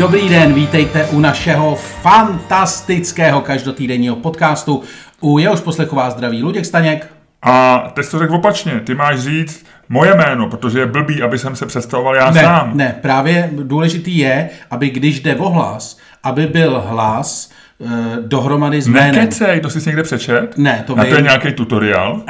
Dobrý den, vítejte u našeho fantastického každotýdenního podcastu. U jehož poslechu vás zdraví Luděk Staněk. A teď to řekl opačně, ty máš říct moje jméno, protože je blbý, aby jsem se představoval já sám. Ne, právě důležitý je, aby když jde o hlas, aby byl hlas dohromady s jménem. Nekecej, to jsi někde přečet? Ne, to vím. A to je nějaký tutoriál?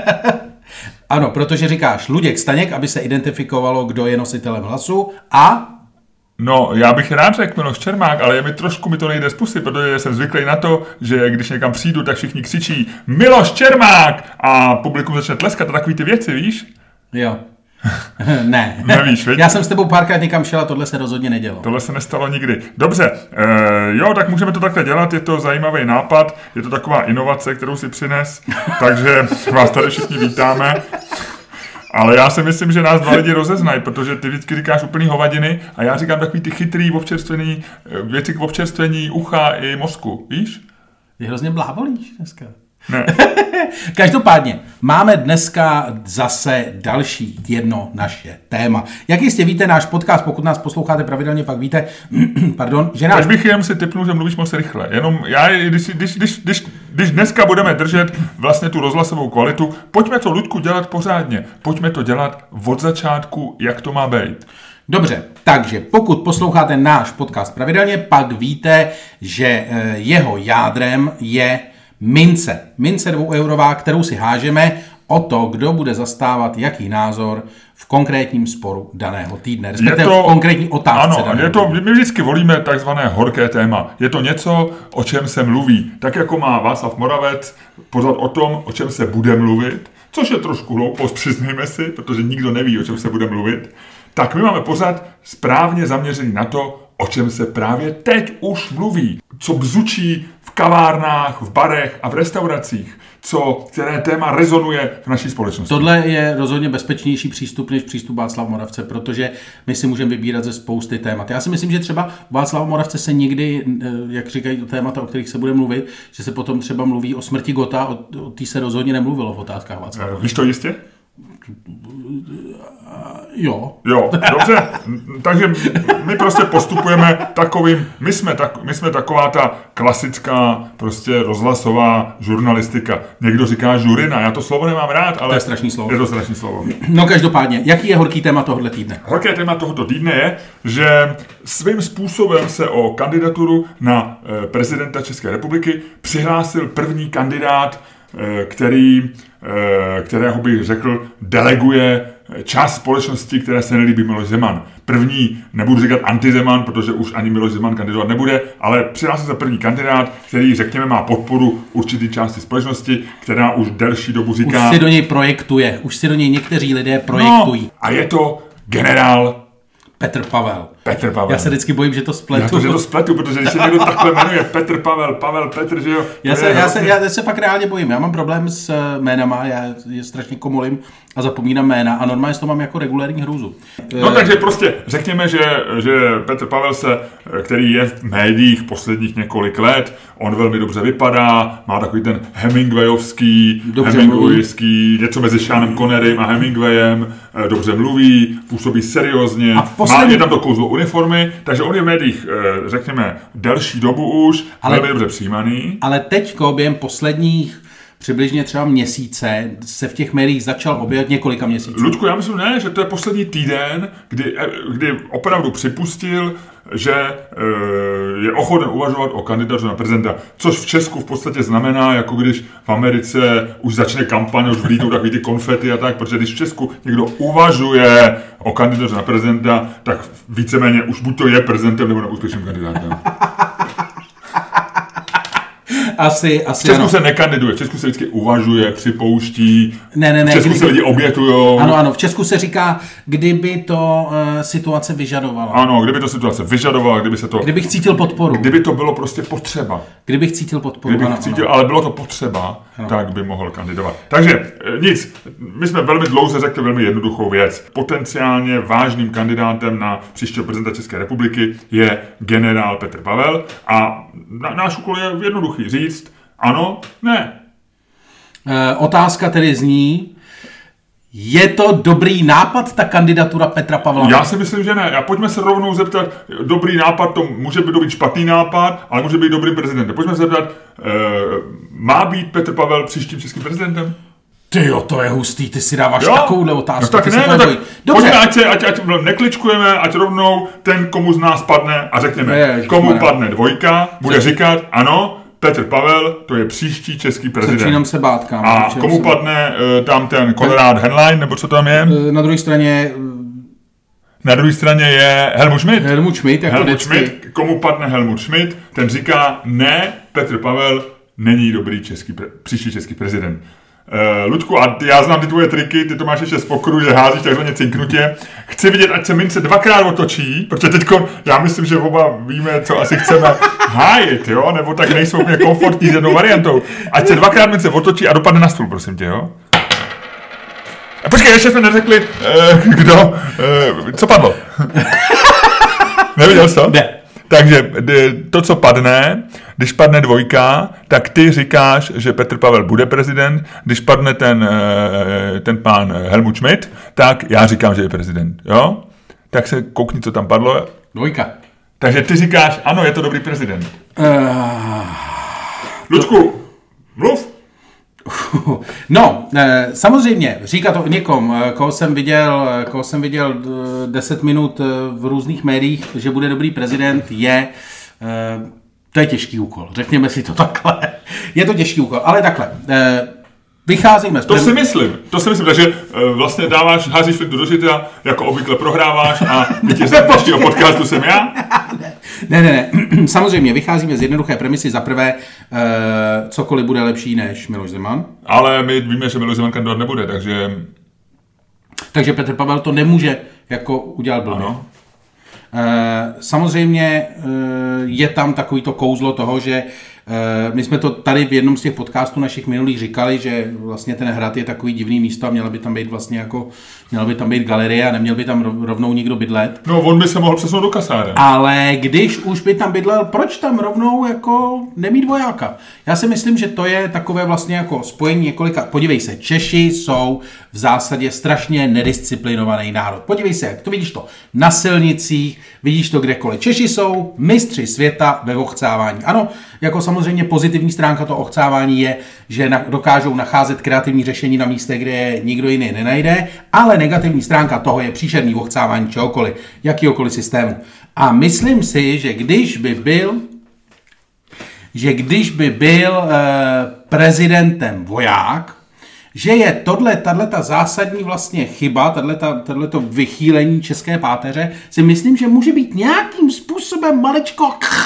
Ano, protože říkáš Luděk Staněk, aby se identifikovalo, kdo je nositelem hlasu a... No, já bych rád řekl Miloš Čermák, ale mi to nejde z pusy, protože jsem zvyklý na to, že když někam přijdu, tak všichni křičí Miloš Čermák a publikum začne tleskat a takový ty věci, víš? Jo. Ne. Nevíš, viď? Já jsem s tebou párkrát někam šel a tohle se rozhodně nedělo. Tohle se nestalo nikdy. Dobře, tak můžeme to takhle dělat, je to zajímavý nápad, je to taková inovace, kterou si přines, takže vás tady všichni vítáme. Ale já si myslím, že nás dva lidi rozeznají, protože ty vždycky říkáš úplný hovadiny a já říkám takový ty chytrý věci k občerstvení ucha i mozku, víš? Ty hrozně blábolíš dneska. Ne. Každopádně, máme dneska zase další jedno naše téma. Jak jistě víte, náš podcast, pokud nás posloucháte pravidelně, pak víte, že náš... Až bych jen si tipnul, že mluvíš moc rychle. Jenom když dneska budeme držet vlastně tu rozhlasovou kvalitu, pojďme to, Luďku, dělat pořádně. Pojďme to dělat od začátku, jak to má být. Dobře, takže pokud posloucháte náš podcast pravidelně, pak víte, že jeho jádrem je mince 2eurová, kterou si hážeme o to, kdo bude zastávat jaký názor v konkrétním sporu daného týdne, respektive v konkrétní otázce. Ano, my vždycky volíme takzvané horké téma. Je to něco, o čem se mluví. Tak jako má Václav Moravec pořád o tom, o čem se bude mluvit, což je trošku hloupost, přiznejme si, protože nikdo neví, o čem se bude mluvit. Tak my máme pořád správně zaměřený na to, o čem se právě teď už mluví. Co bzučí v kavárnách, v barech a v restauracích. Které téma rezonuje v naší společnosti. Tohle je rozhodně bezpečnější přístup než přístup Václava Moravce, protože my si můžeme vybírat ze spousty témat. Já si myslím, že třeba Václava Moravce se nikdy, jak říkají témata, o kterých se bude mluvit, že se potom třeba mluví o smrti Gotta, o té se rozhodně nemluvilo v otázkách Václava. Víš to jistě? Jo, dobře. Takže my prostě postupujeme takovým, my jsme taková ta klasická prostě rozhlasová žurnalistika. Někdo říká žurina, já to slovo nemám rád, ale... To je strašný slovo. Je to strašný slovo. No každopádně, jaký je horký téma tohoto týdne? Horké téma tohoto týdne je, že svým způsobem se o kandidaturu na prezidenta České republiky přihlásil první kandidát, kterého bych řekl, deleguje část společnosti, které se nelíbí Miloš Zeman. První, nebudu říkat antizeman, protože už ani Miloš Zeman kandidovat nebude, ale přihlásil se první kandidát, který, řekněme, má podporu určitý části společnosti, která už delší dobu říká... Už si do něj projektuje, už si do něj někteří lidé projektují. No, a je to generál Petr Pavel. Já se vždycky bojím, že to spletu. Že to spletu, protože když se někdo takhle jmenuje Petr Pavel, Petr, že jo? Já se fakt reálně bojím. Já mám problém s jménama, já je strašně komolím a zapomínám jména a normálně to mám jako regulární hrůzu. No takže prostě řekněme, že Petr Pavel který je v médiích posledních několik let, on velmi dobře vypadá, má takový ten Hemingwayovský, něco mezi Seanem Connerym a Hemingwayem, dobře mluví, působí seriózně, je tam to kouzlo uniformy, takže on je v médiích, řekněme, delší dobu už, velmi dobře přijímaný. Ale teďko během posledních přibližně třeba měsíce se v těch médiích začal objevit několika měsíců. Luďku, já myslím, že to je poslední týden, kdy opravdu připustil, že je ochoten uvažovat o kandidatuře na prezidenta, což v Česku v podstatě znamená, jako když v Americe už začne kampaň, už vlítou takový ty konfety a tak, protože když v Česku někdo uvažuje o kandidatuře na prezidenta, tak víceméně už buď to je prezidentem, nebo neúspěšným kandidátem. Asi v Česku se nekandiduje, v Česku se vždycky uvažuje, připouští, ne, v Česku se lidi obětujou. Ano, v Česku se říká, kdyby to situace vyžadovala. Ano, kdyby to situace vyžadovala, kdybych cítil podporu. Kdyby to bylo prostě potřeba. Kdybych cítil podporu, ale bylo to potřeba, tak by mohl kandidovat. Takže nic, my jsme velmi dlouze řekli velmi jednoduchou věc. Potenciálně vážným kandidátem na příštího prezidenta České republiky je generál Petr Pavel a náš úkol je jednoduchý, říct ano, ne. Otázka tedy zní, Je to dobrý nápad, ta kandidatura Petra Pavla? Já si myslím, že ne. A pojďme se rovnou zeptat, dobrý nápad, to může být špatný nápad, ale může být dobrý prezidentem. Pojďme se zeptat, má být Petr Pavel příštím českým prezidentem? Tyjo, to je hustý, ty si dáváš takovouhle otázku. No tak ne, no tak dobře. Pojďme, ať nekličkujeme, ať rovnou ten, komu z nás padne a řekněme, komu padne 2, bude říkat, ano, Petr Pavel, to je příští český prezident. Začínám se bát, kámo. A komu padne tam ten Konrad Henlein, nebo co tam je? Na druhé straně je Helmut Schmidt. Helmut Schmidt, komu padne Helmut Schmidt, ten říká, ne, Petr Pavel není dobrý příští český prezident. Luďku, a já znám ty tvoje triky, ty to máš ještě z pokru, že házíš takzvaně cinknutě. Chci vidět, ať se mince 2krát otočí, protože teďko, já myslím, že oba víme, co asi chceme hájit, jo, nebo tak nejsou úplně komfortní s jednou variantou. Ať se 2krát mince otočí a dopadne na stůl, prosím tě, jo. A počkej, ještě jsme neřekli, co padlo? Neviděl jsi to? Ne. Takže to, co padne, když padne 2, tak ty říkáš, že Petr Pavel bude prezident, když padne ten pán Helmut Schmidt, tak já říkám, že je prezident, jo? Tak se koukni, co tam padlo. 2. Takže ty říkáš, ano, je to dobrý prezident. Luďku, mluv. No, samozřejmě, říkat to někom, koho jsem viděl 10 minut v různých médiích, že bude dobrý prezident, to je těžký úkol, řekněme si to takhle. Je to těžký úkol, ale takhle. Vycházíme z To si myslím, takže vlastně házíš flintu do žita, jako obvykle prohráváš a vítězem dnešního podcastu jsem já? Ne. Samozřejmě, vycházíme z jednoduché premisy. Za prvé, cokoliv bude lepší než Miloš Zeman. Ale my víme, že Miloš Zeman kandidát nebude, takže... Takže Petr Pavel to nemůže jako udělat blbě. Samozřejmě je tam takovýto kouzlo toho, že my jsme to tady v jednom z těch podcastů našich minulých říkali, že vlastně ten hrad je takový divný místo a měla by tam být vlastně měla by tam být galerie a neměl by tam rovnou nikdo bydlet. No, on by se mohl přesunout do kasáren. Ale když už by tam bydlel, proč tam rovnou jako nemít vojáka? Já si myslím, že to je takové vlastně jako spojení několika. Podívej se, Češi jsou v zásadě strašně nedisciplinovaný národ. Podívej se, jak to vidíš to na silnicích, vidíš to kdekoliv. Češi jsou mistři světa ve ochcávání. Ano, jako samozřejmě pozitivní stránka toho ochcávání je, že dokážou nacházet kreativní řešení na místě, kde je nikdo jiný nenajde, ale negativní stránka toho je příšerný ochcávání čehokoliv, jakýhokoliv systému. A myslím si, že když by byl prezidentem voják, že je tato zásadní vlastně chyba, tato vychýlení české páteře, si myslím, že může být nějakým způsobem maličko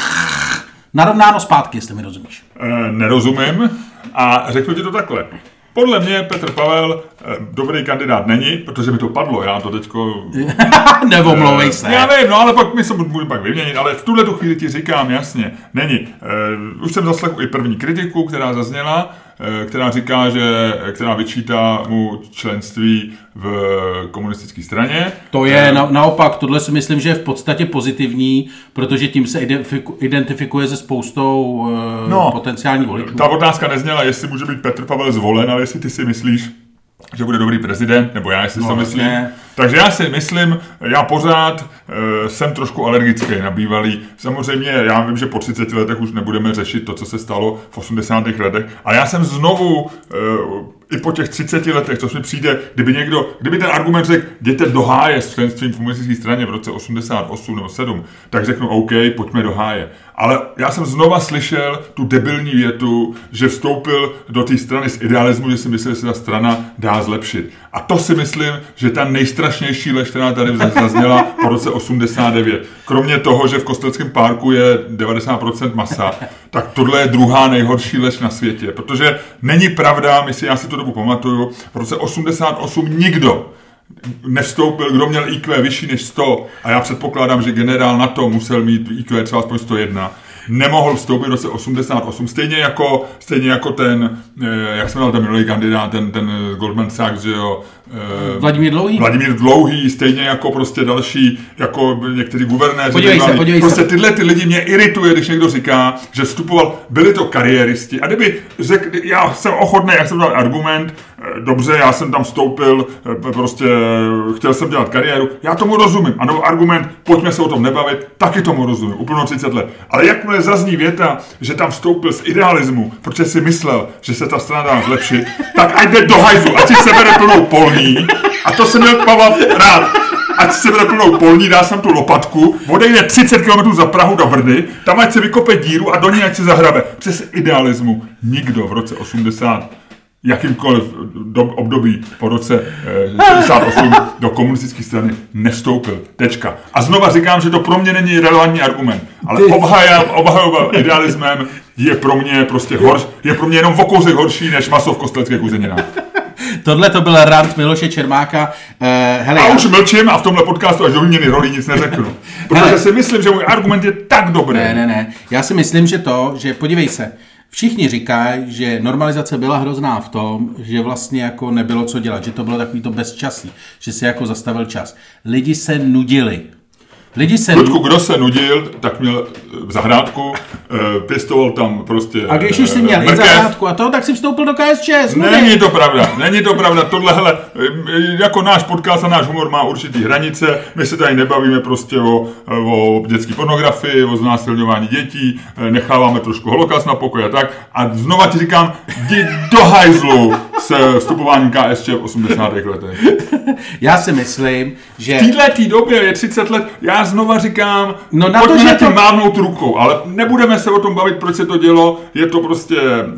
narovnáno zpátky, jestli mi rozumíš. Nerozumím a řeknu ti to takhle. Podle mě Petr Pavel dobrý kandidát není, protože mi to padlo, já to teďko... Nevomlouvej se. Já vím, no ale pak my se můžeme pak vyměnit, ale v tuhletu chvíli ti říkám jasně, není. Už jsem zaslechl i první kritiku, která zazněla, která říká, která vyčítá mu členství v komunistické straně. To je naopak, tohle si myslím, že je v podstatě pozitivní, protože tím se identifikuje se spoustou potenciálních voličů. Ta otázka nezněla, jestli může být Petr Pavel zvolen, ale jestli ty si myslíš, že bude dobrý prezident, nebo já si to myslím. Ne. Takže já si myslím, já pořád jsem trošku alergický na bývalý. Samozřejmě já vím, že po 30 letech už nebudeme řešit to, co se stalo v 80. letech, ale já jsem znovu i po těch 30 letech, což mi přijde, kdyby ten argument řekl, jděte do háje s členstvím v komunistické straně v roce 88 nebo 7, tak řeknu OK, pojďme do háje. Ale já jsem znova slyšel tu debilní větu, že vstoupil do té strany z idealismu, že si myslel, že se ta strana dá zlepšit. A to si myslím, že ta nejstrašnější lež, která tady zazněla po roce 89. Kromě toho, že v Kostelském parku je 90% masa, tak tohle je druhá nejhorší lež na světě. Protože není pravda, já si to dobu pamatuju, v roce 88 nikdo nevstoupil, kdo měl IQ vyšší než 100, a já předpokládám, že generál NATO musel mít IQ třeba aspoň 101, nemohl vstoupit v roce 88, stejně jako ten, jak jsme měl ten minulý kandidát, ten Goldman Sachs, že jo, Vladimír Dlouhý, stejně jako prostě další, jako někteří guvernéři. Podívej prostě tyhle ty lidi mě irituje, když někdo říká, že vstupoval, byli to kariéristi, a kdyby řekl, já jsem ochotný, jak jsem dal argument, dobře, já jsem tam vstoupil, prostě chtěl jsem dělat kariéru, já tomu rozumím. A no argument, pojďme se o tom nebavit, taky tomu rozumím, úplně 30 let. Ale jakmile zazní věta, že tam vstoupil z idealismu, protože si myslel, že se ta strana dá zlepšit, tak ať jde do hajzlu, ať si sebere plnou polní, a to jsem měl Pavla rád. Ať se bude plnou polní, dá sem tu lopatku, odejde 30 km za Prahu do Brdy, tam ať se vykope díru a do ní ať se zahrabe. Přes idealismu nikdo v roce 80, jakýmkoliv období po roce 68 do komunistické strany nevstoupil. Tečka. A znova říkám, že to pro mě není relevantní argument, ale obhajoba idealismem je pro mě prostě je pro mě jenom o kousek horší než maso v kosteleckých uzeninách. Tohle to byl rant Miloše Čermáka. Už mlčím a v tomhle podcastu až do výměny roli nic neřeknu. Protože si myslím, že můj argument je tak dobrý. Ne. Já si myslím, že podívej se, všichni říkají, že normalizace byla hrozná v tom, že vlastně jako nebylo co dělat, že to bylo takový to bezčasí, že se jako zastavil čas. Lidi se nudili. Kdo se nudil, tak měl zahrádku, pěstoval tam prostě a když už si měl i zahrádku a to, tak si vstoupil do KSČ. Není to pravda. Tohle, hele, jako náš podcast a náš humor má určitý hranice. My se tady nebavíme prostě o dětské pornografii, o znásilňování dětí, necháváme trošku holokaust na pokoj a tak. A znova ti říkám, jdi do hajzlu se vstupováním KSČ v 80. letech. Já si myslím, že... V této době je 30 let, já znova říkám, pojďme na tím mávnout rukou, ale nebudeme se o tom bavit, proč se to dělo, je to prostě,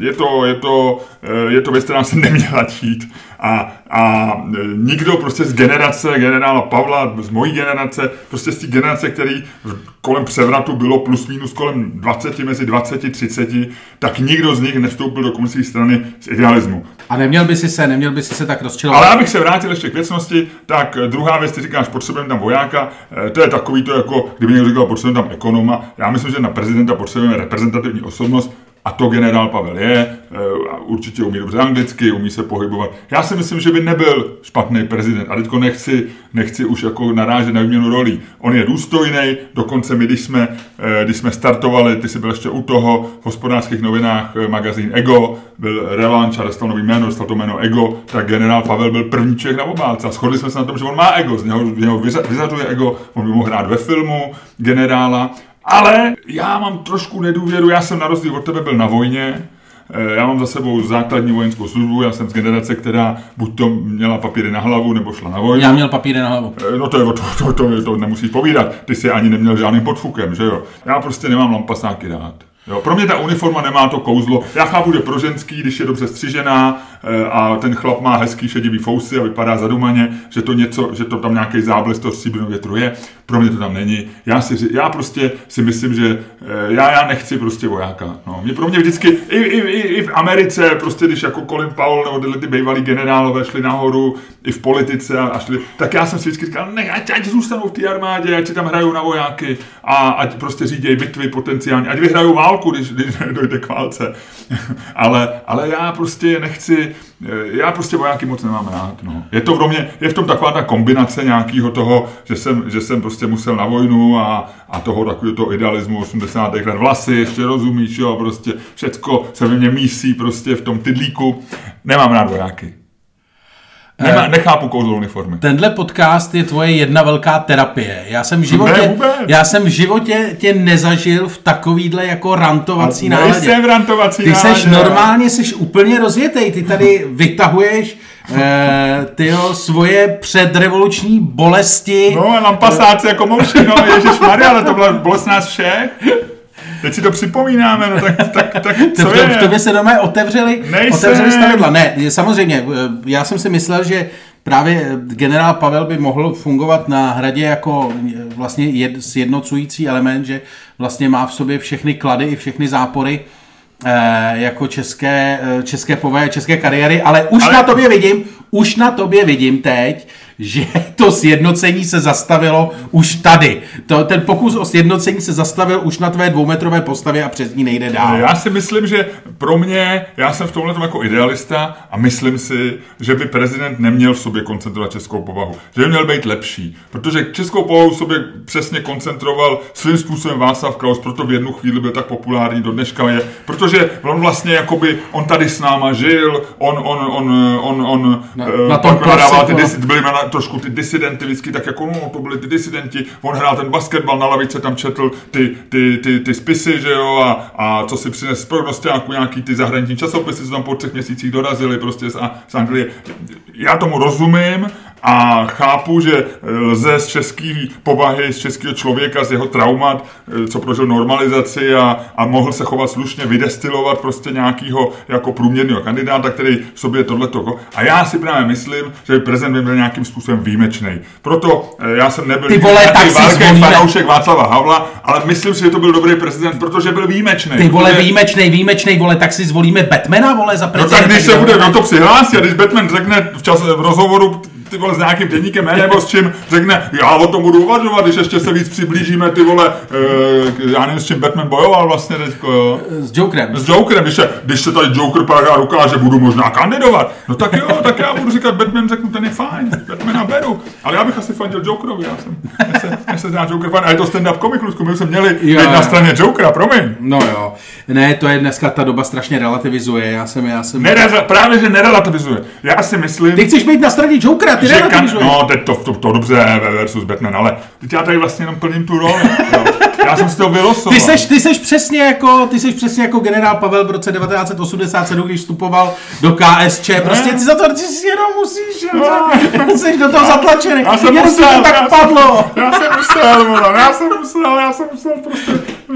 je to věc, která se neměla dít. A nikdo prostě z generace generála Pavla, z mojí generace, prostě z té generace, který kolem převratu bylo plus minus kolem 20, mezi 20 a 30, tak nikdo z nich nevstoupil do komunistické strany z idealismu. A neměl by si se tak rozčilovat. Ale abych se vrátil ještě k věcnosti, tak druhá věc, ty říkáš, potřebujeme tam vojáka, to je takový to jako, kdyby někdo říkal, potřebujeme tam ekonoma, já myslím, že na prezidenta potřebujeme reprezentativní osobnost, a to generál Pavel je, určitě umí dobře anglicky, umí se pohybovat. Já si myslím, že by nebyl špatný prezident. A teďko nechci už jako narážet na výměnu rolí. On je důstojný, dokonce my, když jsme startovali, ty jsi byl ještě u toho, v Hospodářských novinách magazín Ego, byl revanš a dostal nový jméno, dostal to jméno Ego, tak generál Pavel byl první člověk na obálce. A shodli jsme se na tom, že on má ego, z něho vyzařuje ego, on by mohl hrát ve filmu generála. Ale já mám trošku nedůvěru, já jsem na rozdíl od tebe byl na vojně, já mám za sebou základní vojenskou službu, já jsem z generace, která buď to měla papíry na hlavu, nebo šla na vojnu. Já měl papíry na hlavu. No to nemusíš povídat, ty jsi ani neměl žádným podfukem, že jo. Já prostě nemám lampasáky rád. Jo, pro mě ta uniforma nemá to kouzlo. Já chápu, že pro ženský, když je dobře střižená a ten chlap má hezký šedivý fousy a vypadá zadumaně, že to tam nějaký záblesk toho stříbrného větru je. Pro mě to tam není. Já prostě si myslím, že já nechci prostě vojáka. No. Pro mě vždycky, i v Americe, prostě když jako Colin Powell nebo tyhle ty bývalí generálové šli nahoru, i v politice a šli, tak já jsem si vždycky říkal, ne, ať zůstanou v té armádě, ať si tam hrajou na vojáky a ať prostě řídějí bitvy potenciálně, ať vyhrajou válku, když dojde k válce. ale já prostě nechci, já prostě vojáky moc nemám rád. No. Je to pro mě, je v tom taková ta kombinace nějakého toho, že jsem prostě musel na vojnu a toho takového toho idealismu 80. let, vlasy, ještě rozumíš, jo, prostě všecko se ve mně mísí prostě v tom tydlíku. Nemám rád vojáky. Nechápu kouzlo uniformy. Tenhle podcast je tvoje jedna velká terapie. Já jsem v životě tě nezažil v takovýhle jako rantovací náladě. Nejsem rantovací náladě. Ty seš normálně, úplně rozjetej. Ty tady vytahuješ svoje předrevoluční bolesti. No a lampasáci jako mouši, no ježišmarja, ale to byla bolest nás všech. Teď si to připomínáme, no tak co je? V tobě se doma otevřeli stavidla. Ne, samozřejmě, já jsem si myslel, že právě generál Pavel by mohl fungovat na Hradě jako vlastně sjednocující element, že vlastně má v sobě všechny klady i všechny zápory jako české povahy, české kariéry, ale už na tobě vidím teď, že to sjednocení se zastavilo už tady. Ten pokus o sjednocení se zastavil už na tvé 2metrové postavě a přes ní nejde dál. Já si myslím, že pro mě, já jsem v tomhle jako idealista a myslím si, že by prezident neměl v sobě koncentrovat českou povahu. Že by měl být lepší. Protože českou povahu v sobě přesně koncentroval svým způsobem Václav Klaus, proto v jednu chvíli byl tak populární, do dneška je. Protože on vlastně jakoby, on tady s náma žil, on na tom byli trošku ty disidenty vždycky, tak jako no, to byli ty disidenti, on hrál ten basketbal, na lavice tam četl ty spisy, že jo, a co si přines z prognostiáku, nějaký ty zahraniční časopisy, co tam po 3 měsících dorazili prostě z Anglie. Já tomu rozumím a chápu, že lze z české povahy, z českého člověka, z jeho traumat, co prožil normalizaci a mohl se chovat slušně, vydestilovat prostě nějakého jako průměrného kandidáta, který v sobě tohleto. A já si právě myslím, že prezident by byl nějakým způsobem výjimečný. Proto já jsem nebyl velký fanoušek Václava Havla, ale myslím si, že to byl dobrý prezident, protože byl výjimečný. Ty vole, výjimečný, vole, tak si zvolíme Batmana, vole, za prezidenta. No tak když se bude na to přihlásit a když Batman řekne v rozhovoru ty vole s nějakým deníkem nebo s čím, řekne, já o tom budu uvažovat, když ještě se víc přiblížíme, ty vole, já nevím, s čím Batman bojoval vlastně teďko, jo. S Jokerem. S Jokerem, když se tady Joker pak ukáže, budu možná kandidovat, no tak jo, tak já budu říkat Batman, řeknu, ten je fajn, Batmana beru, ale já bych asi fandil Jokerovi, já jsem zná Joker fan, a je to stand-up komik, Luďku, my jsme měli být na straně Jokera, promiň. No jo, ne, to je dneska ta doba strašně relativizuje, já jsem... Právě, že nerelativizuje, já si myslím... Ty chceš být na straně Jokera, no, teď to dobře versus Batman, ale teď já tady vlastně jenom plním tu roli. Já jsem si to vylosoval. Ty seš přesně jako generál Pavel v roce 1987, když vstupoval do KSČ. Prostě ty za to si jenom musíš, jsi do toho zatlačený. Já jsem musel, to tak padlo. Já jsem musel prostě.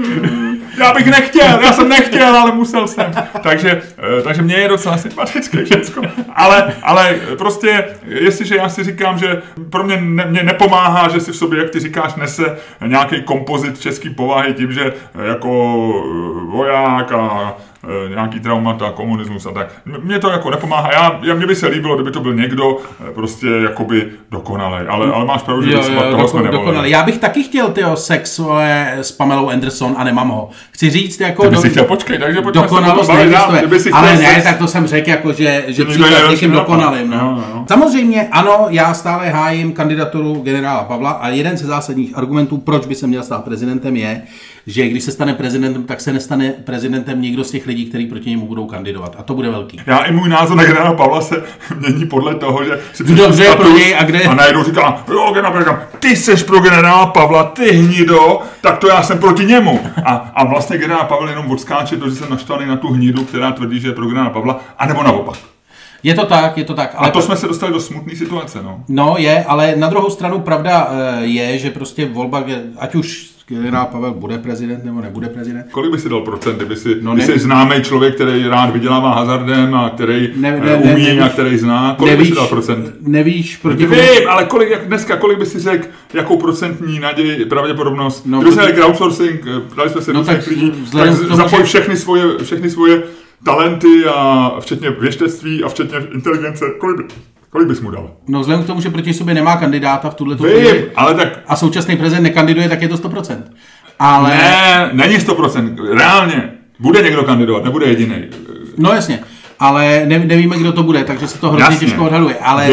Já jsem nechtěl, ale musel jsem. Takže mě je docela sympatické všecko. Ale prostě, jestliže já si říkám, že pro mě nepomáhá, že si v sobě, jak ty říkáš, nese nějaký kompozit český povahy tím, že jako voják a nějaký traumata, komunismus a tak. Mně to jako nepomáhá. Mně by se líbilo, kdyby to byl někdo prostě jakoby dokonalej. Ale máš pravdu, že toho jsme nevolili. Já bych taky chtěl sex s Pamelou Anderson a nemám ho. Chci říct jako... Ty bys si chtěl počkej, takže pojďme dokonalost ale ne, tak to jsem řekl jako, že příklad někým dokonalým. No. Samozřejmě ano, já stále hájím kandidaturu generála Pavla a jeden ze zásadních argumentů, proč by se měl stát prezidentem, je, že když se stane prezidentem, tak se nestane prezidentem nikdo z těch lidí, kteří proti němu budou kandidovat. A to bude velký. Já i můj názor na generála Pavla se mění podle toho, že si kdo je pro něj a kde... A najednou říká, jo, generál, ty seš pro generála Pavla, ty hnido, tak to já jsem proti němu. A vlastně generál Pavel jenom odskáče, protože jsem naštvaný na tu hnidu, která tvrdí, že je pro generála Pavla, anebo naopak. Je to tak. Ale a to jsme se dostali do smutné situace, no. No je, ale na druhou stranu pravda je, že prostě volba, ať už generál Pavel bude prezident nebo nebude prezident. Kolik by si dal procent, kdyby si známý člověk, který rád vydělává hazardem a který umí a který zná, kolik by si dal procent? Nevíš, Vím, ale kolik by si řekl, jakou procentní naději, pravděpodobnost? No, kdyby se dali crowdsourcing, dali jsme se různých lidí, tak zapoj všechny svoje talenty a včetně věštectví a včetně inteligence, kolik bys mu dal? No vzhledem k tomu, že proti sobě nemá kandidáta v tuhletu chvíli a současný prezident nekandiduje, tak je to 100%. Ale... Ne, není 100%. Reálně. Bude někdo kandidovat, nebude jediný. No jasně, ale nevíme, kdo to bude, takže se to hrozně těžko odhaduje. Ale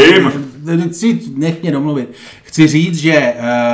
nech mě domluvit. Chci říct, že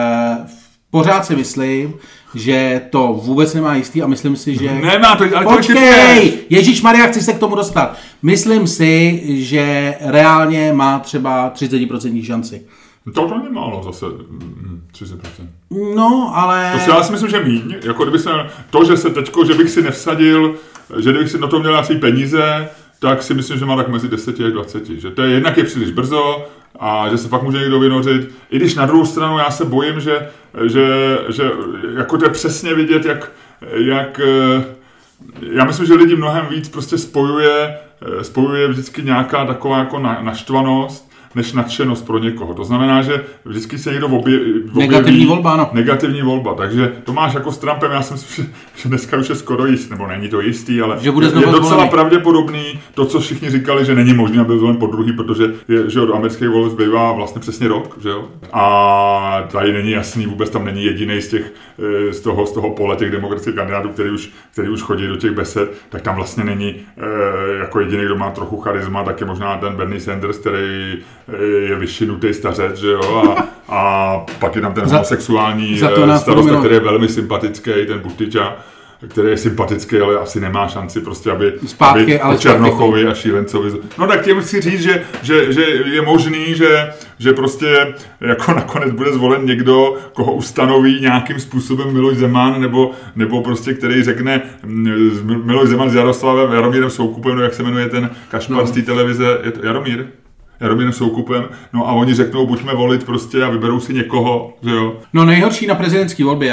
pořád si myslím, že to vůbec nemá jistý a myslím si, že... Nemá to, ale počkej! Ježišmarja, chci se k tomu dostat. Myslím si, že reálně má třeba 30% šanci. To není málo zase, 30%. No, ale... To si já si myslím, že míň. Jako kdyby se to, že se teďko, že bych si nevsadil, že kdybych si na to měl asi peníze, tak si myslím, že má tak mezi 10 až 20. Že to je jednak je příliš brzo a že se fakt může někdo vynořit. I když na druhou stranu já se bojím, že jako to je přesně vidět, jak já myslím, že lidi mnohem víc prostě spojuje vždycky nějaká taková jako naštvanost, než nadšenost pro někoho. To znamená, že vždycky se někdo objeví. Negativní volba, no. Negativní volba, takže to máš jako s Trumpem, já si myslím, že dneska už je skoro jistý, nebo není to jistý, ale že bude je docela pravděpodobný to, co všichni říkali, že není možné, aby byl zvolen podruhý, protože že od amerických voleb zbývá vlastně přesně rok, že jo? A tady není jasný, vůbec tam není jediný z toho pole těch demokratických kandidátů, který už chodí do těch besed, tak tam vlastně není jako jediný, kdo má trochu charisma, tak je možná ten Bernie Sanders, který je vyšinutý stařec, že jo? A pak je tam ten homosexuální starosta, který je velmi sympatický, ten Buttigieg, který je sympatický, ale asi nemá šanci prostě, aby po Černochovi a šílencovi. No tak tím chci říct, že je možný, že prostě jako nakonec bude zvolen někdo, koho ustanoví nějakým způsobem Miloš Zeman, nebo prostě který řekne Miloš Zeman s Jaromírem Soukupem, jak se jmenuje ten kašpar z té televize, je to Jaromírem Soukupem, no a oni řeknou, buďme volit prostě a vyberou si někoho, že jo. No nejhorší na prezidentské volbě,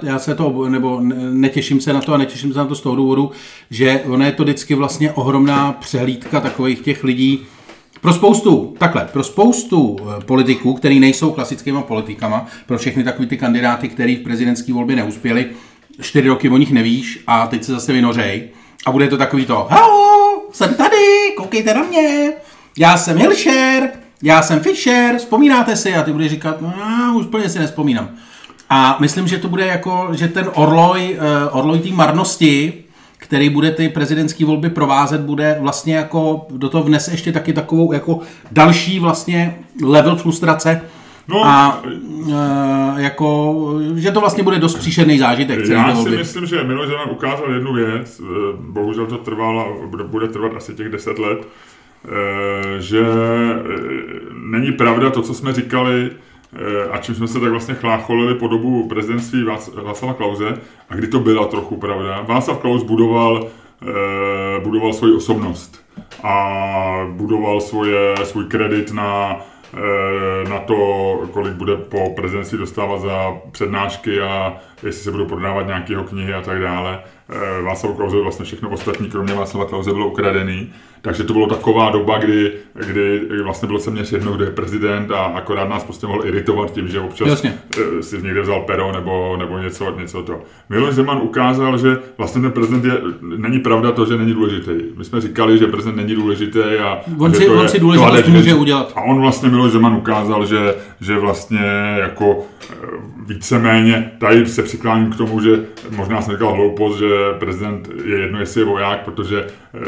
netěším se na to z toho důvodu, že ono je to vždycky vlastně ohromná přehlídka takových těch lidí, pro spoustu politiků, který nejsou klasickýma politikama, pro všechny takový ty kandidáty, který v prezidentské volbě neuspěli, 4 roky o nich nevíš a teď se zase vynořej a bude to takový to, halo, jsem tady, koukejte na mě. Já jsem Hilšer, já jsem Fischer, vzpomínáte si? A ty budeš říkat, už plně si nevzpomínám. A myslím, že to bude jako, že ten orloj té marnosti, který bude ty prezidentské volby provázet, bude vlastně jako, do toho vnese ještě taky takovou jako další vlastně level frustrace. No, a jako, že to vlastně bude dost příšerný zážitek. Já si myslím, že Miloš Zeman ukázal jednu věc, bohužel to trvalo, bude trvat asi těch 10 let, že není pravda to, co jsme říkali, a čím jsme se tak vlastně chlácholili po dobu prezidentství Václava Klause, a kdy to byla trochu pravda. Václav Klaus budoval svoji osobnost a budoval svůj kredit na to, kolik bude po prezidentství dostávat za přednášky a jestli se budou prodávat nějaké jeho knihy a tak dále. Václav Klause vlastně všechno ostatní, kromě Václava Klause, bylo ukradený. Takže to bylo taková doba, kdy vlastně bylo téměř jedno, kdo je prezident a akorát nás prostě mohl iritovat tím, že občas si někde vzal pero nebo něco to. Miloš Zeman ukázal, že vlastně ten prezident není pravda to, že není důležitý. My jsme říkali, že prezident není důležitý a on si důležitost může udělat. A on vlastně Miloš Zeman ukázal, že vlastně jako víceméně, tady se přikláním k tomu, že možná jsem říkal hloupost, že prezident je jedno, jestli je voják, protože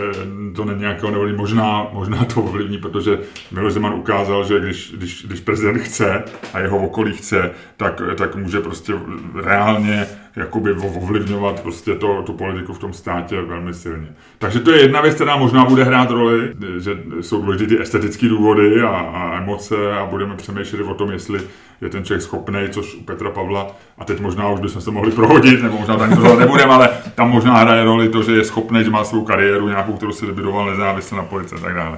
to není nějakého nevolí, možná to ovlivní, protože Miloš Zeman ukázal, že když prezident chce a jeho okolí chce, tak může prostě reálně jakoby ovlivňovat prostě tu politiku v tom státě velmi silně. Takže to je jedna věc, která možná bude hrát roli, že jsou důležité estetické důvody a emoce a budeme přemýšlet o tom, jestli je ten člověk schopný, což u Petra Pavla, a teď možná už bychom se mohli prohodit, nebo možná tam to nebudeme, ale tam možná hraje roli to, že je schopný, že má svou kariéru nějakou, kterou si vybudoval nezávisle na politice a tak dále.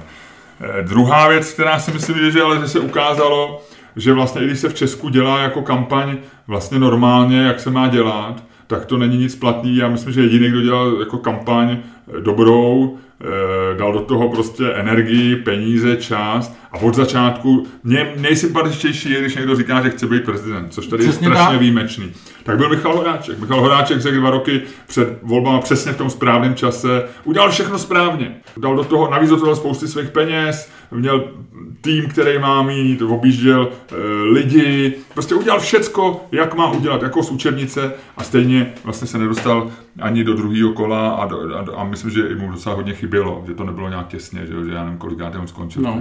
Druhá věc, která si myslím, že se ukázalo, že vlastně i když se v Česku dělá jako kampaň vlastně normálně, jak se má dělat, tak to není nic platný. Já myslím, že jediný, kdo dělal jako kampaň dobrou, dal do toho prostě energii, peníze, čas a od začátku mě nejsympatičtější je, když někdo říká, že chce být prezident, což tady přesně je strašně výjimečný. Tak byl Michal Horáček. Michal Horáček řekl 2 roky před volbami přesně v tom správném čase, udělal všechno správně. Dal do toho, navíc do toho spousty svých peněz, měl tým, který má mít, objížděl lidi, prostě udělal všecko, jak má udělat, jako z učebnice a stejně vlastně se nedostal ani do druhého kola a myslím, že mu docela hodně chybělo, že to nebylo nějak těsně, že já nevím, kolikátý on skončil. No.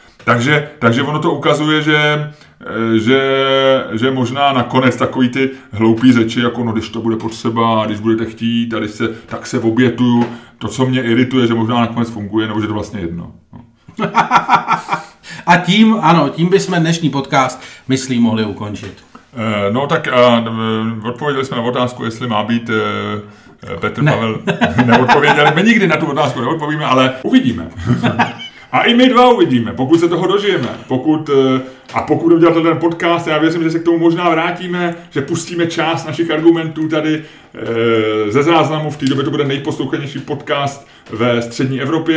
Takže ono to ukazuje, že možná nakonec takový ty hloupý řeči, jako no, když to bude potřeba, když budete chtít a tak se obětuju, to, co mě irituje, že možná nakonec funguje, nebo že to vlastně jedno. No. A tím bychom dnešní podcast, myslím, mohli ukončit. No tak odpověděli jsme na otázku, jestli má být Petr Pavel. Neodpověděli, my nikdy na tu otázku neodpovíme, ale uvidíme. A i my dva uvidíme, pokud se toho dožijeme. Pokud uděláte ten podcast, já věřím, že se k tomu možná vrátíme, že pustíme část našich argumentů tady ze záznamu. V té době to bude nejposlouchanější podcast ve střední Evropě.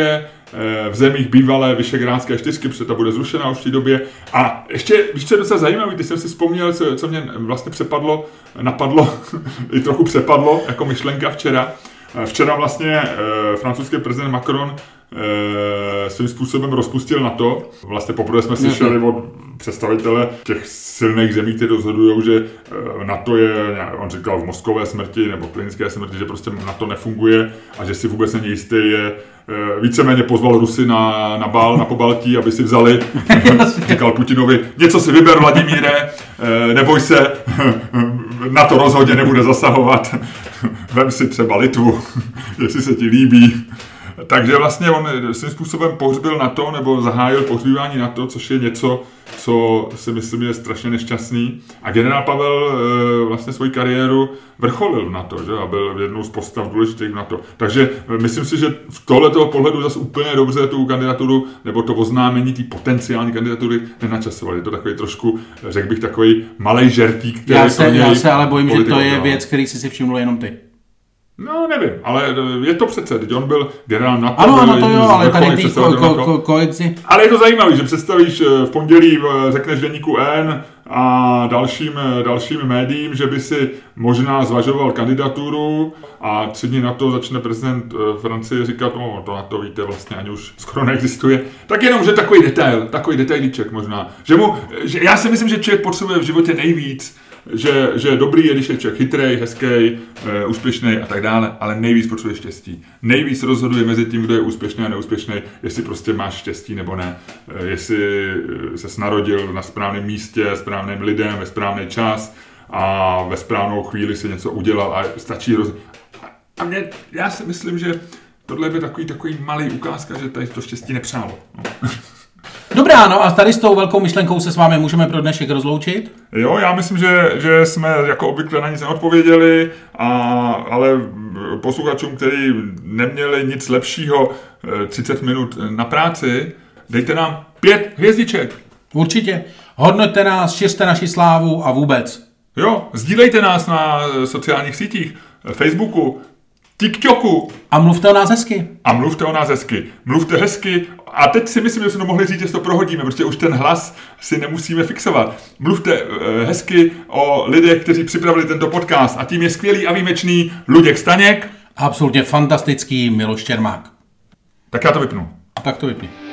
v zemích bývalé Visegrádské čtyřky, protože ta bude zrušena už v té době. A ještě, víš, co je docela zajímavé, když jsem si vzpomněl, co mě vlastně napadlo, i trochu přepadlo, jako myšlenka včera. Včera vlastně francouzský prezident Macron svým způsobem rozpustil NATO. Vlastně poprvé jsme slyšeli od představitele těch silných zemí, kteří rozhodují, že NATO je, on říkal v mozkové smrti nebo klinické smrti, že prostě NATO nefunguje a že si vůbec není jistý, víceméně pozval Rusy na bál na Pobaltí, aby si vzali, říkal Putinovi, něco si vyber, Vladimíre, neboj se, NATO rozhodně nebude zasahovat, vem si třeba Litvu, jestli se ti líbí. Takže vlastně on svým způsobem pohřbil NATO, nebo zahájil pohřbívání NATO, což je něco, co si myslím je strašně nešťastný. A generál Pavel vlastně svoji kariéru vrcholil v NATO, že? A byl jednou z postav důležitých v NATO. Takže myslím si, že v tohletoho pohledu zase úplně dobře tu kandidaturu, nebo to oznámení té potenciální kandidatury nenačasovali. Je to takový trošku, řekl bych, takový malej žertík, který já se ale bojím, že to je věc, který jsi si všiml jenom ty. No, nevím, ale je to přece, teď on byl generál NATO. Ano, to jo, ale tady ty koalici. Ale je to zajímavé, že představíš v pondělí, řekneš deníku N a dalším médiím, že by si možná zvažoval kandidaturu a 3 dny na to začne prezident Francie říkat, no to NATO víte vlastně ani už skoro neexistuje. Tak jenom, že takový detailíček možná. Že já si myslím, že člověk potřebuje v životě nejvíc, že dobrý je, když je člověk chytrej, hezký, úspěšný a tak dále, ale nejvíc potřebuje štěstí. Nejvíc rozhoduje mezi tím, kdo je úspěšný a neúspěšný, jestli prostě máš štěstí nebo ne. Jestli ses narodil na správném místě, správným lidem, ve správný čas a ve správnou chvíli si něco udělal a stačí já si myslím, že tohle je takový malý ukázka, že tady to štěstí nepřálo. No. Dobrá, no a tady s tou velkou myšlenkou se s vámi můžeme pro dnešek rozloučit? Jo, já myslím, že jsme jako obvykle na nic neodpověděli, ale posluchačům, kteří neměli nic lepšího 30 minut na práci, dejte nám 5 hvězdiček. Určitě. Hodnoťte nás, šiřte naši slávu a vůbec. Jo, sdílejte nás na sociálních sítích, Facebooku, TikToku. A mluvte o nás hezky. Mluvte hezky. A teď si myslím, že jsme to mohli říct, že to prohodíme, protože už ten hlas si nemusíme fixovat. Mluvte hezky o lidech, kteří připravili tento podcast. A tím je skvělý a výjimečný Luděk Staněk. Absolutně fantastický Miloš Čermák. Tak já to vypnu. Tak to vypni.